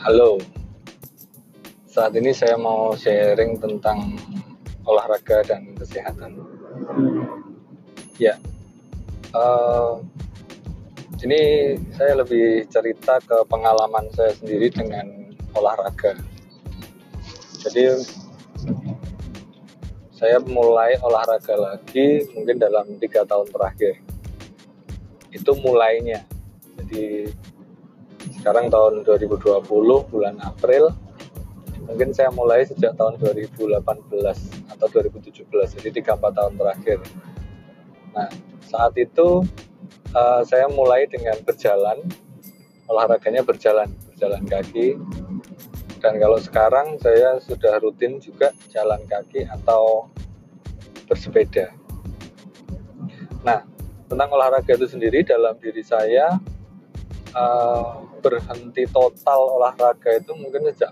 Halo, saat ini saya mau sharing tentang olahraga dan kesehatan. Ya, eh, ini saya lebih cerita ke pengalaman saya sendiri dengan olahraga. Jadi, saya mulai olahraga lagi mungkin dalam 3 tahun terakhir. Itu mulainya. Jadi, sekarang tahun 2020 bulan April. Mungkin saya mulai sejak tahun 2018 atau 2017, jadi 3-4 tahun terakhir. Nah, saat itu saya mulai dengan berjalan, olahraganya berjalan kaki. Dan kalau sekarang saya sudah rutin juga jalan kaki atau bersepeda. Nah, tentang olahraga itu sendiri dalam diri saya berhenti total olahraga itu mungkin sejak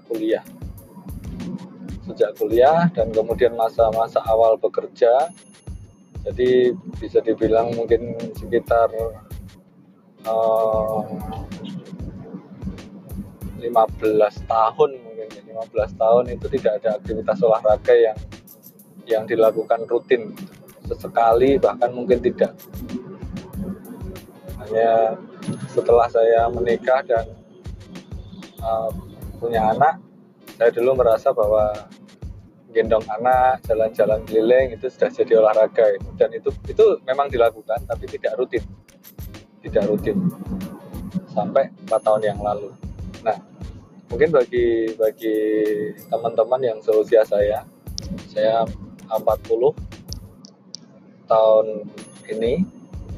kuliah dan kemudian masa-masa awal bekerja. Jadi bisa dibilang mungkin sekitar 15 tahun mungkin 15 tahun itu tidak ada aktivitas olahraga yang dilakukan rutin, sesekali bahkan mungkin tidak. Hanya setelah saya menikah dan punya anak, saya dulu merasa bahwa gendong anak, jalan-jalan keliling itu sudah jadi olahraga gitu. Dan itu memang dilakukan tapi tidak rutin sampai 4 tahun yang lalu. Nah, mungkin bagi teman-teman yang seusia saya 40 tahun ini,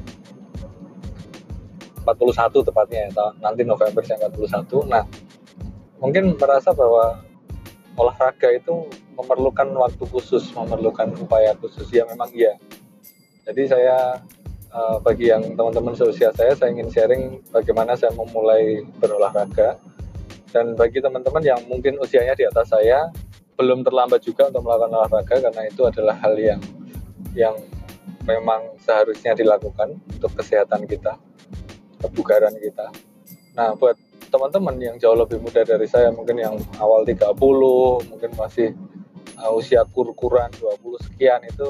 41 tepatnya ya, nanti November saya 41. Nah, mungkin merasa bahwa olahraga itu memerlukan waktu khusus, memerlukan upaya khusus. Ya memang iya. Jadi saya bagi yang teman-teman seusia saya ingin sharing bagaimana saya memulai berolahraga. Dan bagi teman-teman yang mungkin usianya di atas saya, belum terlambat juga untuk melakukan olahraga, karena itu adalah hal yang memang seharusnya dilakukan untuk kesehatan kita, kebugaran kita. Nah, buat teman-teman yang jauh lebih muda dari saya, mungkin yang awal 30, mungkin masih usia kur-kuran 20 sekian, itu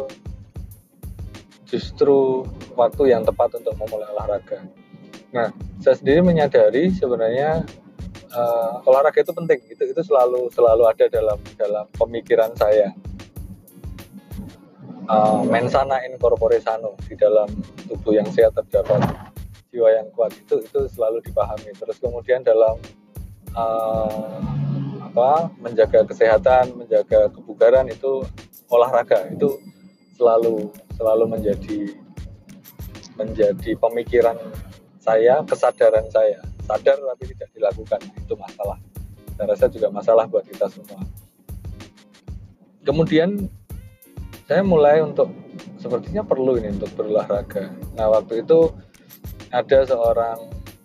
justru waktu yang tepat untuk memulai olahraga. Nah, saya sendiri menyadari sebenarnya olahraga itu penting, itu selalu ada dalam pemikiran saya. Mens sana in corpore sano, di dalam tubuh yang sehat terdapat jiwa yang kuat, itu selalu dipahami. Terus kemudian dalam menjaga kesehatan, menjaga kebugaran, itu olahraga itu selalu menjadi pemikiran saya, kesadaran saya. Sadar tapi tidak dilakukan, itu masalah. Saya rasa juga masalah buat kita semua. Kemudian saya mulai untuk sepertinya perlu ini untuk berolahraga. Nah, waktu itu ada seorang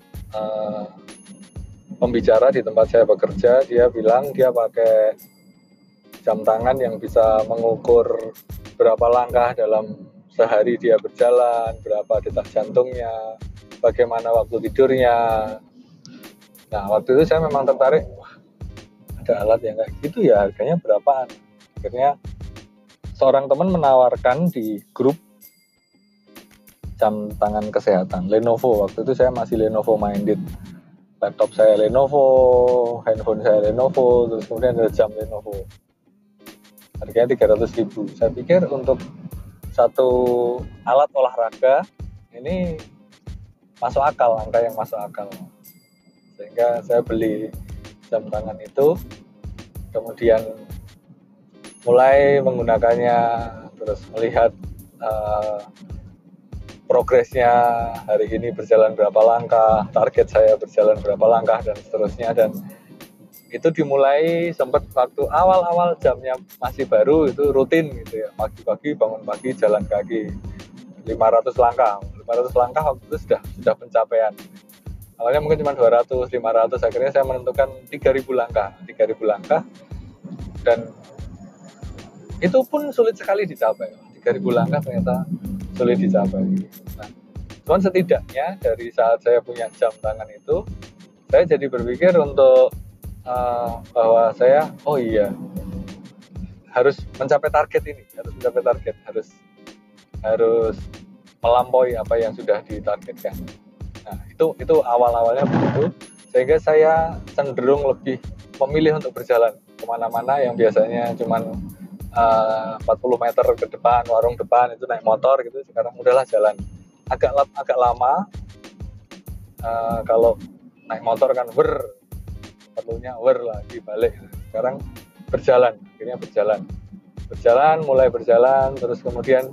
pembicara di tempat saya bekerja. Dia bilang dia pakai jam tangan yang bisa mengukur berapa langkah dalam sehari dia berjalan, berapa detak jantungnya, bagaimana waktu tidurnya. Nah, waktu itu saya memang tertarik, wah, ada alat yang kayak gitu ya, harganya berapaan. Akhirnya seorang teman menawarkan di grup jam tangan kesehatan Lenovo. Waktu itu saya masih Lenovo minded, laptop saya Lenovo, handphone saya Lenovo, terus kemudian ada jam Lenovo, harganya 300.000. Saya pikir untuk satu alat olahraga ini masuk akal, angka yang masuk akal, sehingga saya beli jam tangan itu, kemudian mulai menggunakannya, terus melihat progresnya, hari ini berjalan berapa langkah, target saya berjalan berapa langkah, dan seterusnya. Dan itu dimulai sempat waktu awal-awal jamnya masih baru, itu rutin gitu ya, pagi-pagi bangun pagi jalan kaki 500 langkah waktu itu sudah pencapaian. Awalnya mungkin cuma 200, 500, akhirnya saya menentukan 3.000 langkah, dan itu pun sulit sekali dicapai. 3.000 langkah ternyata sulit dicapai. Nah, cuman setidaknya dari saat saya punya jam tangan itu, saya jadi berpikir untuk bahwa saya oh iya harus mencapai target ini, harus melampaui apa yang sudah ditargetkan. Nah, itu awal-awalnya begitu, sehingga saya cenderung lebih memilih untuk berjalan kemana-mana yang biasanya cuman 40 meter ke depan, warung depan itu naik motor gitu, sekarang udahlah jalan. Agak lama kalau naik motor kan perlunya lagi balik. Sekarang akhirnya mulai berjalan, terus kemudian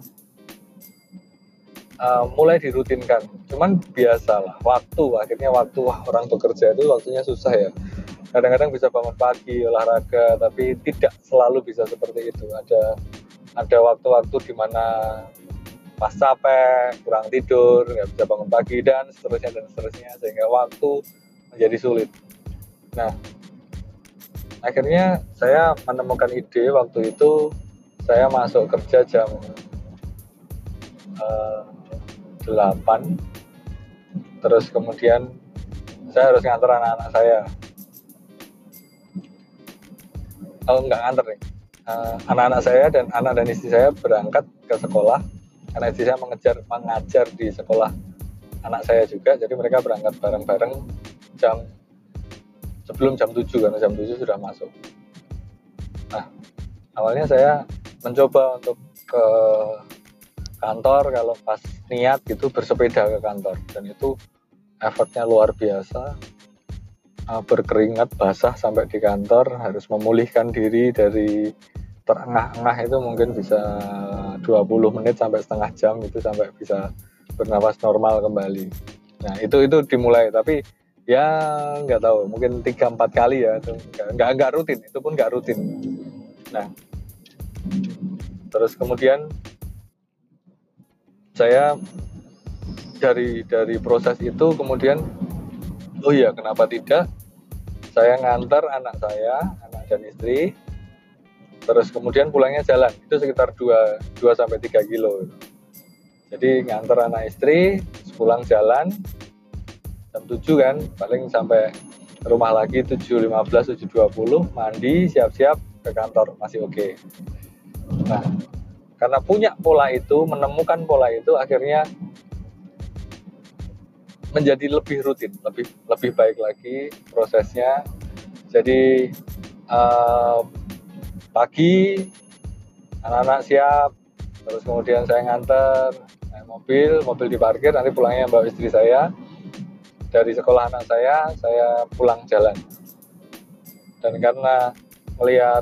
mulai dirutinkan. Cuman biasalah akhirnya waktu orang bekerja itu waktunya susah ya. Kadang-kadang bisa bangun pagi olahraga, tapi tidak selalu bisa seperti itu. Ada waktu-waktu di mana pas capek, kurang tidur, nggak bisa bangun pagi dan seterusnya, sehingga waktu menjadi sulit. Nah, akhirnya saya menemukan ide waktu itu. Saya masuk kerja jam 8, terus kemudian saya harus nganter anak-anak saya. Nggak nganter nih. Anak-anak saya dan anak dan istri saya berangkat ke sekolah, karena istri saya mengajar di sekolah anak saya juga, jadi mereka berangkat bareng-bareng sebelum jam 7, karena jam 7 sudah masuk. Nah, awalnya saya mencoba untuk ke kantor, kalau pas niat gitu bersepeda ke kantor, dan itu effortnya luar biasa. Berkeringat basah sampai di kantor, harus memulihkan diri dari terengah-engah itu mungkin bisa 20 menit sampai setengah jam itu sampai bisa bernapas normal kembali. Nah itu dimulai, tapi ya nggak tahu, mungkin 3-4 kali ya, itu nggak rutin, itu pun nggak rutin. Nah terus kemudian saya dari proses itu kemudian oh iya, kenapa tidak saya ngantar anak dan istri, terus kemudian pulangnya jalan, itu sekitar 2-3 kilo. Jadi ngantar anak istri, pulang jalan jam 7 kan, paling sampai rumah lagi 7.15, 7.20, mandi, siap-siap ke kantor, masih oke. Nah, karena punya pola itu, menemukan pola itu, akhirnya menjadi lebih rutin, lebih baik lagi prosesnya. Jadi pagi anak-anak siap, terus kemudian saya nganter naik mobil diparkir, nanti pulangnya bawa istri saya. Dari sekolah anak saya pulang jalan. Dan karena melihat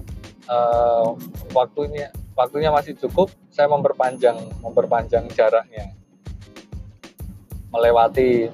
waktunya masih cukup, saya memperpanjang jaraknya, melewati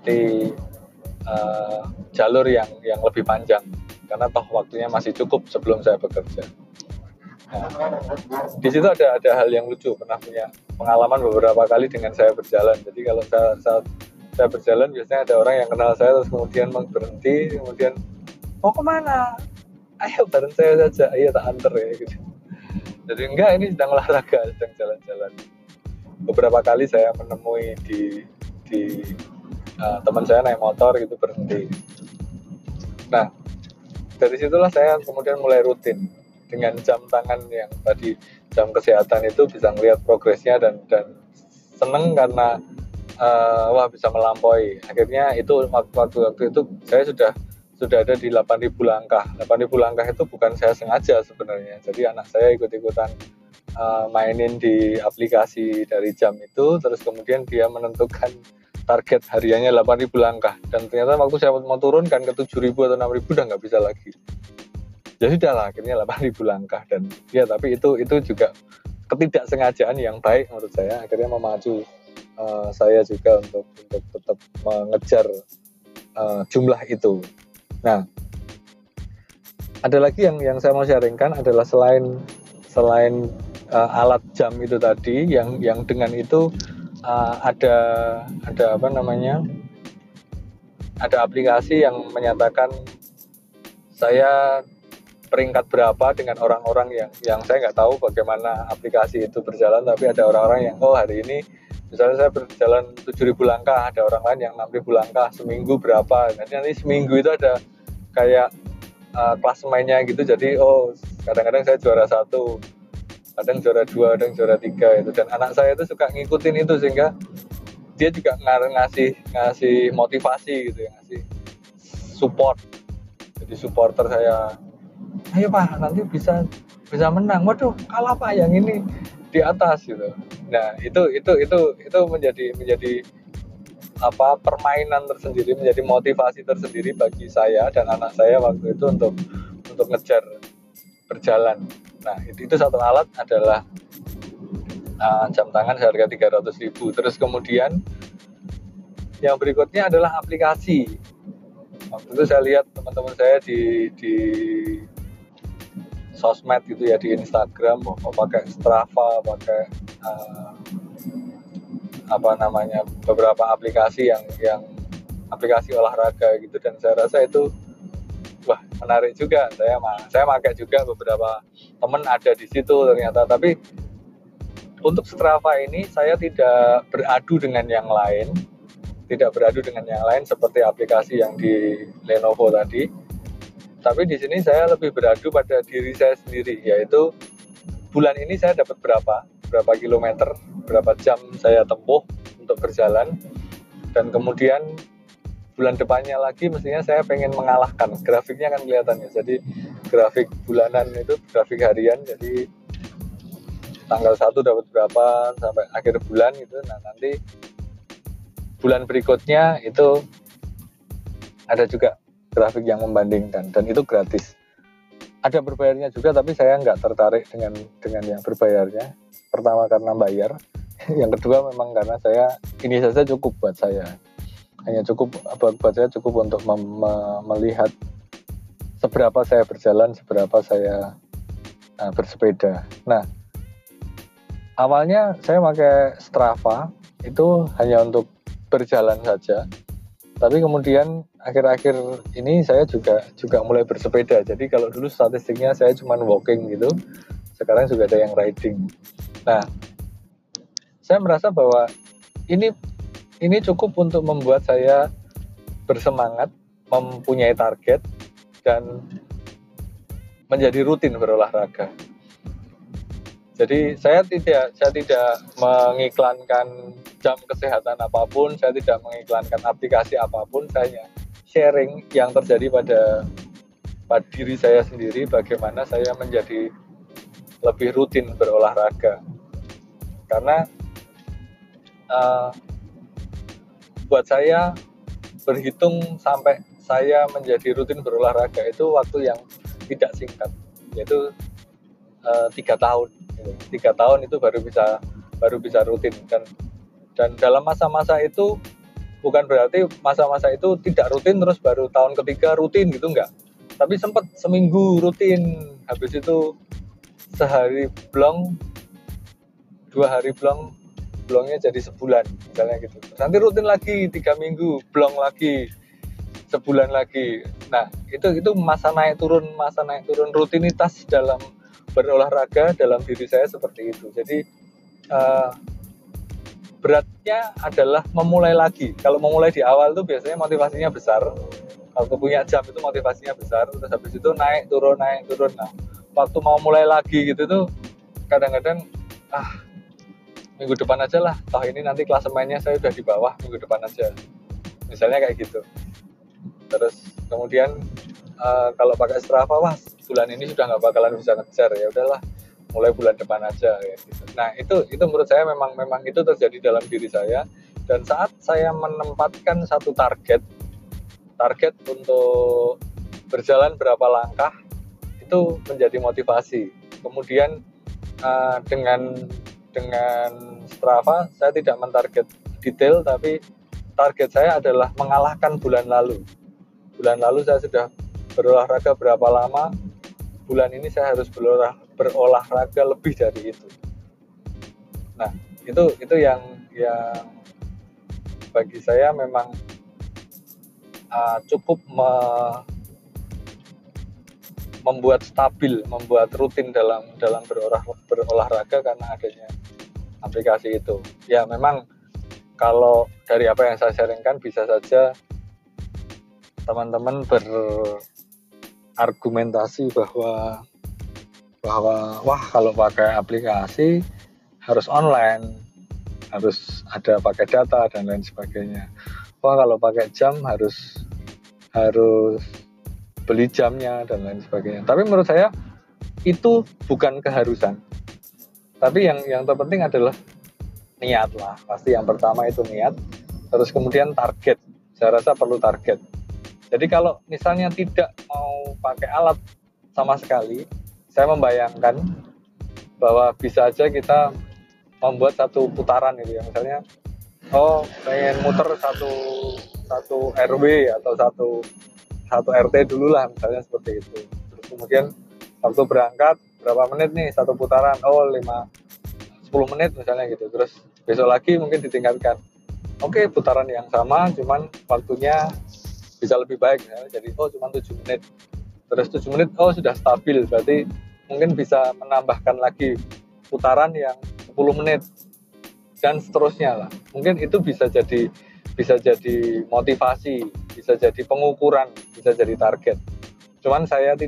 jalur yang lebih panjang, karena toh waktunya masih cukup sebelum saya bekerja. Nah, di situ ada hal yang lucu, pernah punya pengalaman beberapa kali dengan saya berjalan. Jadi kalau saya berjalan, biasanya ada orang yang kenal saya, terus kemudian berhenti, kemudian mau kemana? Ayo bareng saya saja, ayo tak anter ya gitu. Jadi enggak, ini sedang olahraga, sedang jalan-jalan. Beberapa kali saya menemui di teman saya naik motor gitu, berhenti. Nah, dari situlah saya kemudian mulai rutin dengan jam tangan yang tadi, jam kesehatan itu, bisa melihat progresnya dan seneng karena bisa melampaui. Akhirnya itu waktu itu saya sudah ada di 8.000 langkah. 8.000 langkah itu bukan saya sengaja sebenarnya. Jadi anak saya ikut-ikutan mainin di aplikasi dari jam itu, terus kemudian dia menentukan target hariannya 8.000 langkah, dan ternyata waktu saya mau turunkan ke 7.000 atau 6.000 udah nggak bisa lagi. Ya sudah lah, akhirnya 8.000 langkah. Dan ya, tapi itu juga ketidaksengajaan yang baik menurut saya, akhirnya memacu saya juga untuk tetap mengejar jumlah itu. Nah, ada lagi yang saya mau sharingkan adalah selain alat jam itu tadi, yang dengan itu ada aplikasi yang menyatakan saya peringkat berapa dengan orang-orang yang saya nggak tahu bagaimana aplikasi itu berjalan, tapi ada orang-orang yang hari ini misalnya saya berjalan 7.000 langkah, ada orang lain yang 6.000 langkah, seminggu berapa. Nanti seminggu itu ada kayak klasemennya gitu. Jadi kadang-kadang saya juara 1, kadang juara 2, kadang juara 3 itu. Dan anak saya itu suka ngikutin itu, sehingga dia juga ngasih motivasi gitu ya, ngasih support. Jadi supporter saya, ayo Pak, nanti bisa menang. Waduh, kalah Pak, yang ini di atas gitu. Nah, itu menjadi permainan tersendiri, menjadi motivasi tersendiri bagi saya dan anak saya waktu itu untuk ngejar berjalan. Nah, itu satu alat adalah jam tangan seharga 300.000. Terus kemudian yang berikutnya adalah aplikasi. Waktu itu saya lihat teman-teman saya di sosmed gitu ya, di Instagram pakai Strava, pakai beberapa aplikasi yang aplikasi olahraga gitu, dan saya rasa itu wah, menarik juga. Saya pakai juga, beberapa teman ada di situ ternyata. Tapi untuk Strava ini saya tidak beradu dengan yang lain seperti aplikasi yang di Lenovo tadi. Tapi di sini saya lebih beradu pada diri saya sendiri, yaitu bulan ini saya dapat berapa kilometer, berapa jam saya tempuh untuk berjalan, dan kemudian bulan depannya lagi mestinya saya pengen mengalahkan. Grafiknya kan kelihatan ya, jadi grafik bulanan itu grafik harian, jadi tanggal 1 dapat berapa sampai akhir bulan gitu. Nah, nanti bulan berikutnya itu ada juga grafik yang membandingkan, dan itu gratis. Ada berbayarnya juga, tapi saya nggak tertarik dengan yang berbayarnya. Pertama karena bayar, yang kedua memang karena ini saja cukup buat saya. Hanya cukup buat saya, cukup untuk melihat seberapa saya berjalan, seberapa saya bersepeda. Nah, awalnya saya pakai Strava itu hanya untuk berjalan saja. Tapi kemudian akhir-akhir ini saya juga mulai bersepeda. Jadi kalau dulu statistiknya saya cuma walking gitu, sekarang juga ada yang riding. Nah, saya merasa bahwa ini cukup untuk membuat saya bersemangat, mempunyai target, dan menjadi rutin berolahraga. Jadi saya tidak mengiklankan jam kesehatan apapun, saya tidak mengiklankan aplikasi apapun, saya sharing yang terjadi pada diri saya sendiri, bagaimana saya menjadi lebih rutin berolahraga. Karena buat saya berhitung sampai saya menjadi rutin berolahraga itu waktu yang tidak singkat, yaitu 3 tahun. 3 tahun itu baru bisa rutin, dan dalam masa-masa itu bukan berarti masa-masa itu tidak rutin terus baru tahun ketiga rutin gitu, enggak. Tapi sempat seminggu rutin, habis itu sehari blong, 2 hari blongnya jadi sebulan misalnya gitu. Nanti rutin lagi 3 minggu, blong lagi, sebulan lagi. Nah, itu masa naik turun rutinitas dalam berolahraga dalam diri saya seperti itu. Jadi beratnya adalah memulai lagi. Kalau memulai di awal tuh biasanya motivasinya besar. Kalau punya jam itu motivasinya besar, terus habis itu naik turun. Nah, waktu mau mulai lagi gitu tuh kadang-kadang minggu depan aja lah, toh ini nanti klasemennya saya udah di bawah, minggu depan aja. Misalnya kayak gitu. Terus kemudian kalau pakai Strava, wah bulan ini sudah nggak bakalan bisa ngejar, ya udahlah mulai bulan depan aja kayak gitu. Nah, itu menurut saya memang itu terjadi dalam diri saya, dan saat saya menempatkan satu target untuk berjalan berapa langkah, itu menjadi motivasi. Kemudian dengan Strava saya tidak mentarget detail, tapi target saya adalah mengalahkan bulan lalu. Bulan lalu saya sudah berolahraga berapa lama, bulan ini saya harus berolahraga lebih dari itu. Nah, itu yang bagi saya memang cukup membuat stabil, membuat rutin dalam berolahraga karena adanya aplikasi itu. Ya memang kalau dari apa yang saya sharingkan bisa saja teman-teman argumentasi bahwa wah kalau pakai aplikasi harus online, harus ada pakai data dan lain sebagainya. Wah kalau pakai jam harus beli jamnya dan lain sebagainya. Tapi menurut saya itu bukan keharusan. Tapi yang terpenting adalah niat lah. Pasti yang pertama itu niat. Terus kemudian target. Saya rasa perlu target. Jadi kalau misalnya tidak mau pakai alat sama sekali, saya membayangkan bahwa bisa aja kita membuat satu putaran gitu ya. Misalnya, pengen muter satu RW atau satu RT dulu lah misalnya seperti itu. Terus kemudian waktu berangkat berapa menit nih satu putaran, 10 menit misalnya gitu. Terus besok lagi mungkin ditingkatkan. Oke, putaran yang sama cuman waktunya bisa lebih baik ya. Jadi cuma 7 menit. Terus 7 menit sudah stabil, berarti mungkin bisa menambahkan lagi putaran yang 10 menit dan seterusnya lah. Mungkin itu bisa jadi motivasi, bisa jadi pengukuran, bisa jadi target. Cuman saya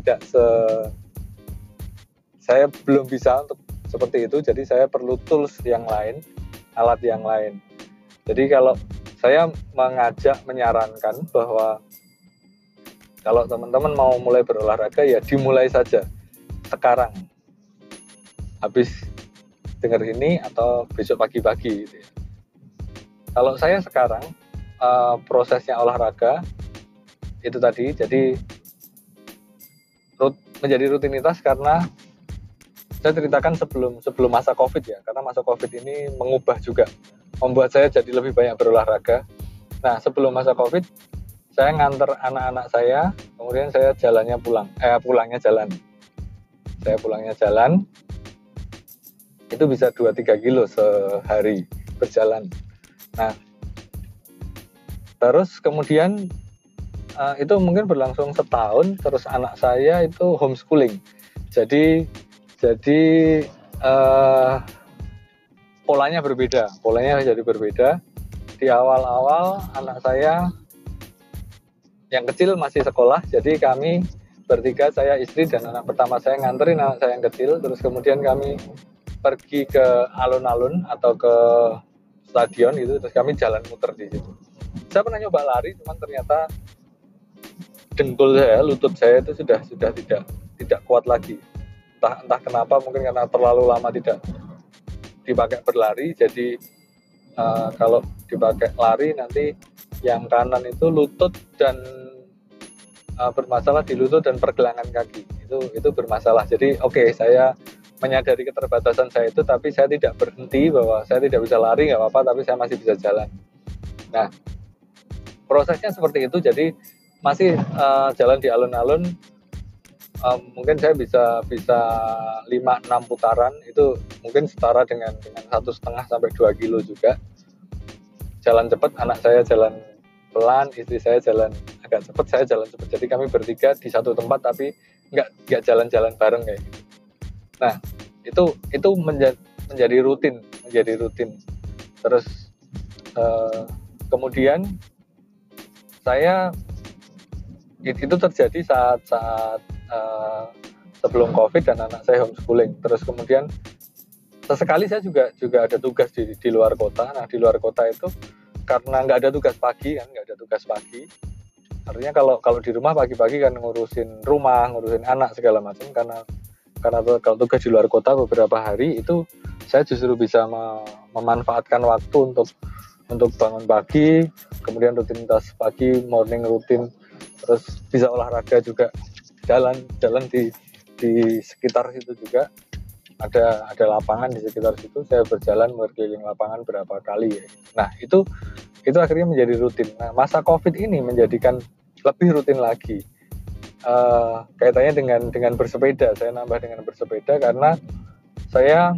belum bisa untuk seperti itu, jadi saya perlu tools yang lain, alat yang lain. Jadi kalau saya menyarankan bahwa kalau teman-teman mau mulai berolahraga ya dimulai saja sekarang. Habis dengar ini atau besok pagi-pagi gitu ya. Kalau saya sekarang prosesnya olahraga itu tadi jadi menjadi rutinitas karena saya ceritakan sebelum masa Covid ya, karena masa Covid ini mengubah juga, membuat saya jadi lebih banyak berolahraga. Nah sebelum masa Covid saya nganter anak-anak saya, kemudian saya pulangnya jalan. Saya pulangnya jalan, itu bisa 2-3 kilo sehari berjalan. Nah, terus kemudian itu mungkin berlangsung setahun, terus anak saya itu homeschooling. Jadi polanya jadi berbeda. Di awal-awal anak saya yang kecil masih sekolah, jadi kami bertiga, saya, istri, dan anak pertama saya nganterin anak saya yang kecil, terus kemudian kami pergi ke alun-alun atau ke stadion gitu, terus kami jalan muter di situ. Saya pernah nyoba lari, cuman ternyata dengkul saya, lutut saya itu sudah tidak kuat lagi. Entah kenapa, mungkin karena terlalu lama tidak dipakai berlari, jadi kalau dipakai lari nanti yang kanan itu lutut dan bermasalah di lutut dan pergelangan kaki itu bermasalah. Jadi saya menyadari keterbatasan saya itu, tapi saya tidak berhenti bahwa saya tidak bisa lari, nggak apa-apa, tapi saya masih bisa jalan. Nah prosesnya seperti itu, jadi masih jalan di alun-alun. Mungkin saya bisa 5-6 putaran, itu mungkin setara dengan 1,5 sampai 2 kilo juga. Jalan cepat, anak saya jalan pelan, istri saya jalan agak cepat, saya jalan cepat. Jadi kami bertiga di satu tempat tapi nggak jalan-jalan bareng kayak gitu. Nah itu menjadi rutin. Terus kemudian saya itu terjadi saat sebelum Covid dan anak saya homeschooling. Terus kemudian sesekali saya juga ada tugas di luar kota. Nah di luar kota itu karena nggak ada tugas pagi, artinya kalau di rumah pagi-pagi kan ngurusin rumah, ngurusin anak segala macam. Karena kalau tugas di luar kota beberapa hari itu saya justru bisa memanfaatkan waktu untuk bangun pagi, kemudian rutinitas pagi, morning rutin, terus bisa olahraga juga, jalan di sekitar situ juga ada lapangan di sekitar situ, saya berjalan berkeliling lapangan berapa kali ya. Nah itu akhirnya menjadi rutin. Nah masa Covid ini menjadikan lebih rutin lagi, kaitannya dengan bersepeda. Saya nambah dengan bersepeda karena saya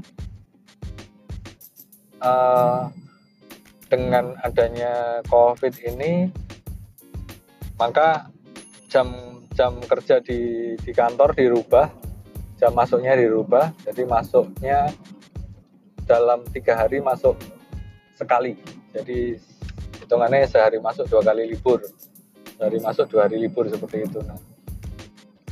dengan adanya Covid ini, maka jam kerja di kantor dirubah, jam masuknya dirubah, jadi masuknya dalam 3 hari masuk sekali. Jadi hitungannya sehari masuk 2 kali libur, sehari masuk 2 hari libur seperti itu. Nah,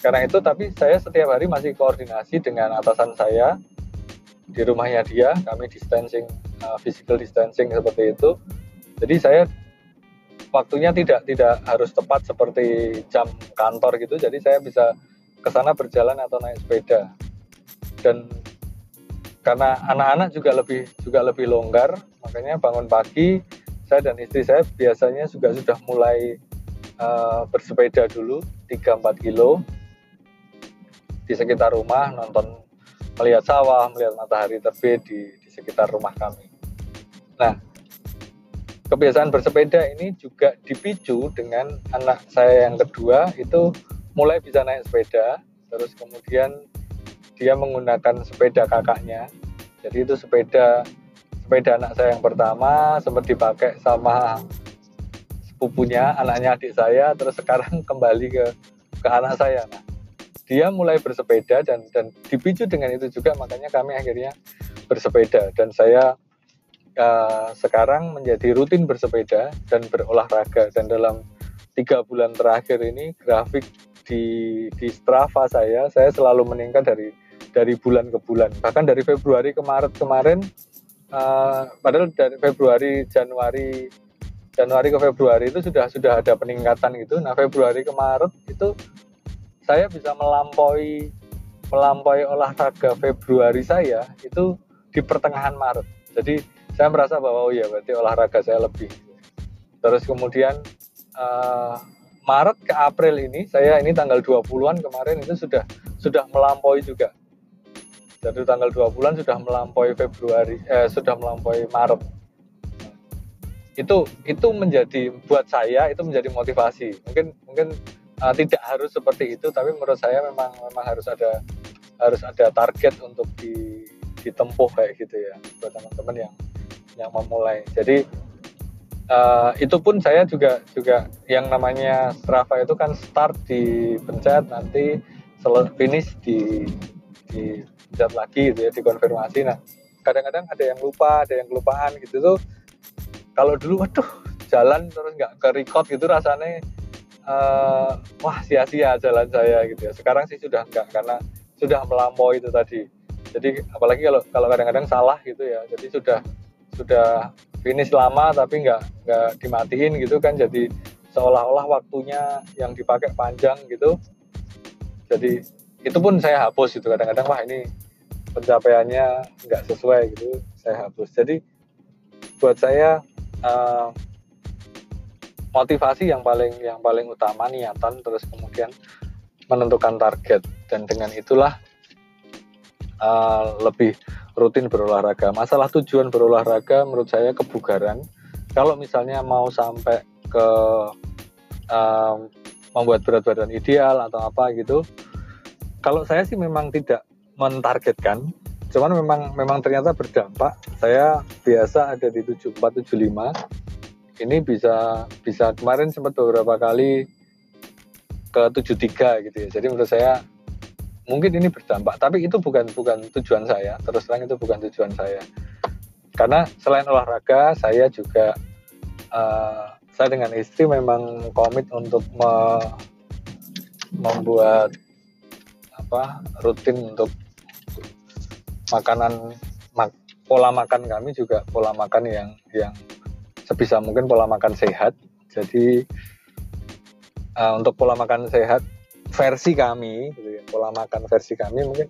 Karena itu tapi saya setiap hari masih koordinasi dengan atasan saya di rumahnya dia, kami physical distancing seperti itu. Jadi saya waktunya tidak harus tepat seperti jam kantor gitu. Jadi saya bisa ke sana berjalan atau naik sepeda. Dan karena anak-anak juga lebih longgar, makanya bangun pagi saya dan istri saya biasanya juga sudah mulai bersepeda dulu 3-4 kilo di sekitar rumah, melihat sawah, melihat matahari terbit di sekitar rumah kami. Nah, kebiasaan bersepeda ini juga dipicu dengan anak saya yang kedua itu mulai bisa naik sepeda, terus kemudian dia menggunakan sepeda kakaknya. Jadi itu sepeda anak saya yang pertama sempat dipakai sama sepupunya, anaknya adik saya, terus sekarang kembali ke anak saya. Nah, dia mulai bersepeda dan dipicu dengan itu juga, makanya kami akhirnya bersepeda. Dan saya sekarang menjadi rutin bersepeda dan berolahraga. Dan dalam 3 bulan terakhir ini grafik di Strava saya selalu meningkat dari bulan ke bulan. Bahkan dari Februari ke Maret kemarin, padahal dari Januari ke Februari itu sudah ada peningkatan gitu. Nah, Februari ke Maret itu saya bisa melampaui olahraga Februari saya itu di pertengahan Maret. Jadi saya merasa bahwa berarti olahraga saya lebih. Terus kemudian Maret ke April ini tanggal 20-an kemarin itu sudah melampaui juga. Jadi tanggal 20-an sudah melampaui sudah melampaui Maret. Itu menjadi buat saya itu menjadi motivasi. Mungkin tidak harus seperti itu, tapi menurut saya memang harus ada target untuk ditempuh kayak gitu ya buat teman-teman yang memulai. Jadi itu pun saya juga yang namanya Strava itu kan start dipencet, nanti finish dipencet lagi gitu ya, dikonfirmasi. Nah, kadang-kadang ada yang lupa, ada yang kelupaan gitu tuh. Kalau dulu jalan terus nggak ke record gitu rasanya wah sia-sia jalan saya gitu ya. Sekarang sih sudah enggak, karena sudah melampaui itu tadi. Jadi apalagi kalau kadang-kadang salah gitu ya. Jadi sudah finish lama tapi nggak dimatiin gitu kan, jadi seolah-olah waktunya yang dipakai panjang gitu. Jadi itu pun saya hapus gitu kadang-kadang, wah ini pencapaiannya nggak sesuai gitu, saya hapus. Jadi buat saya motivasi yang paling utama niatan, terus kemudian menentukan target, dan dengan itulah lebih rutin berolahraga. Masalah tujuan berolahraga menurut saya kebugaran. Kalau misalnya mau sampai ke membuat berat badan ideal atau apa gitu, kalau saya sih memang tidak mentargetkan, cuman memang ternyata berdampak. Saya biasa ada di 74, 75. Ini bisa kemarin sempat beberapa kali ke 73 gitu ya. Jadi menurut saya mungkin ini berdampak, tapi itu bukan tujuan saya. Terus terang itu bukan tujuan saya. Karena selain olahraga, saya juga saya dengan istri memang komit untuk membuat rutin untuk pola makan kami juga pola makan yang sebisa mungkin pola makan sehat. Jadi untuk pola makan sehat versi kami gitu ya, pola makan versi kami mungkin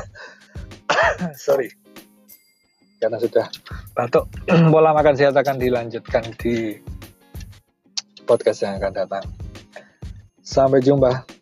sorry karena sudah batuk. Pola makan sehat akan dilanjutkan di podcast yang akan datang. Sampai jumpa.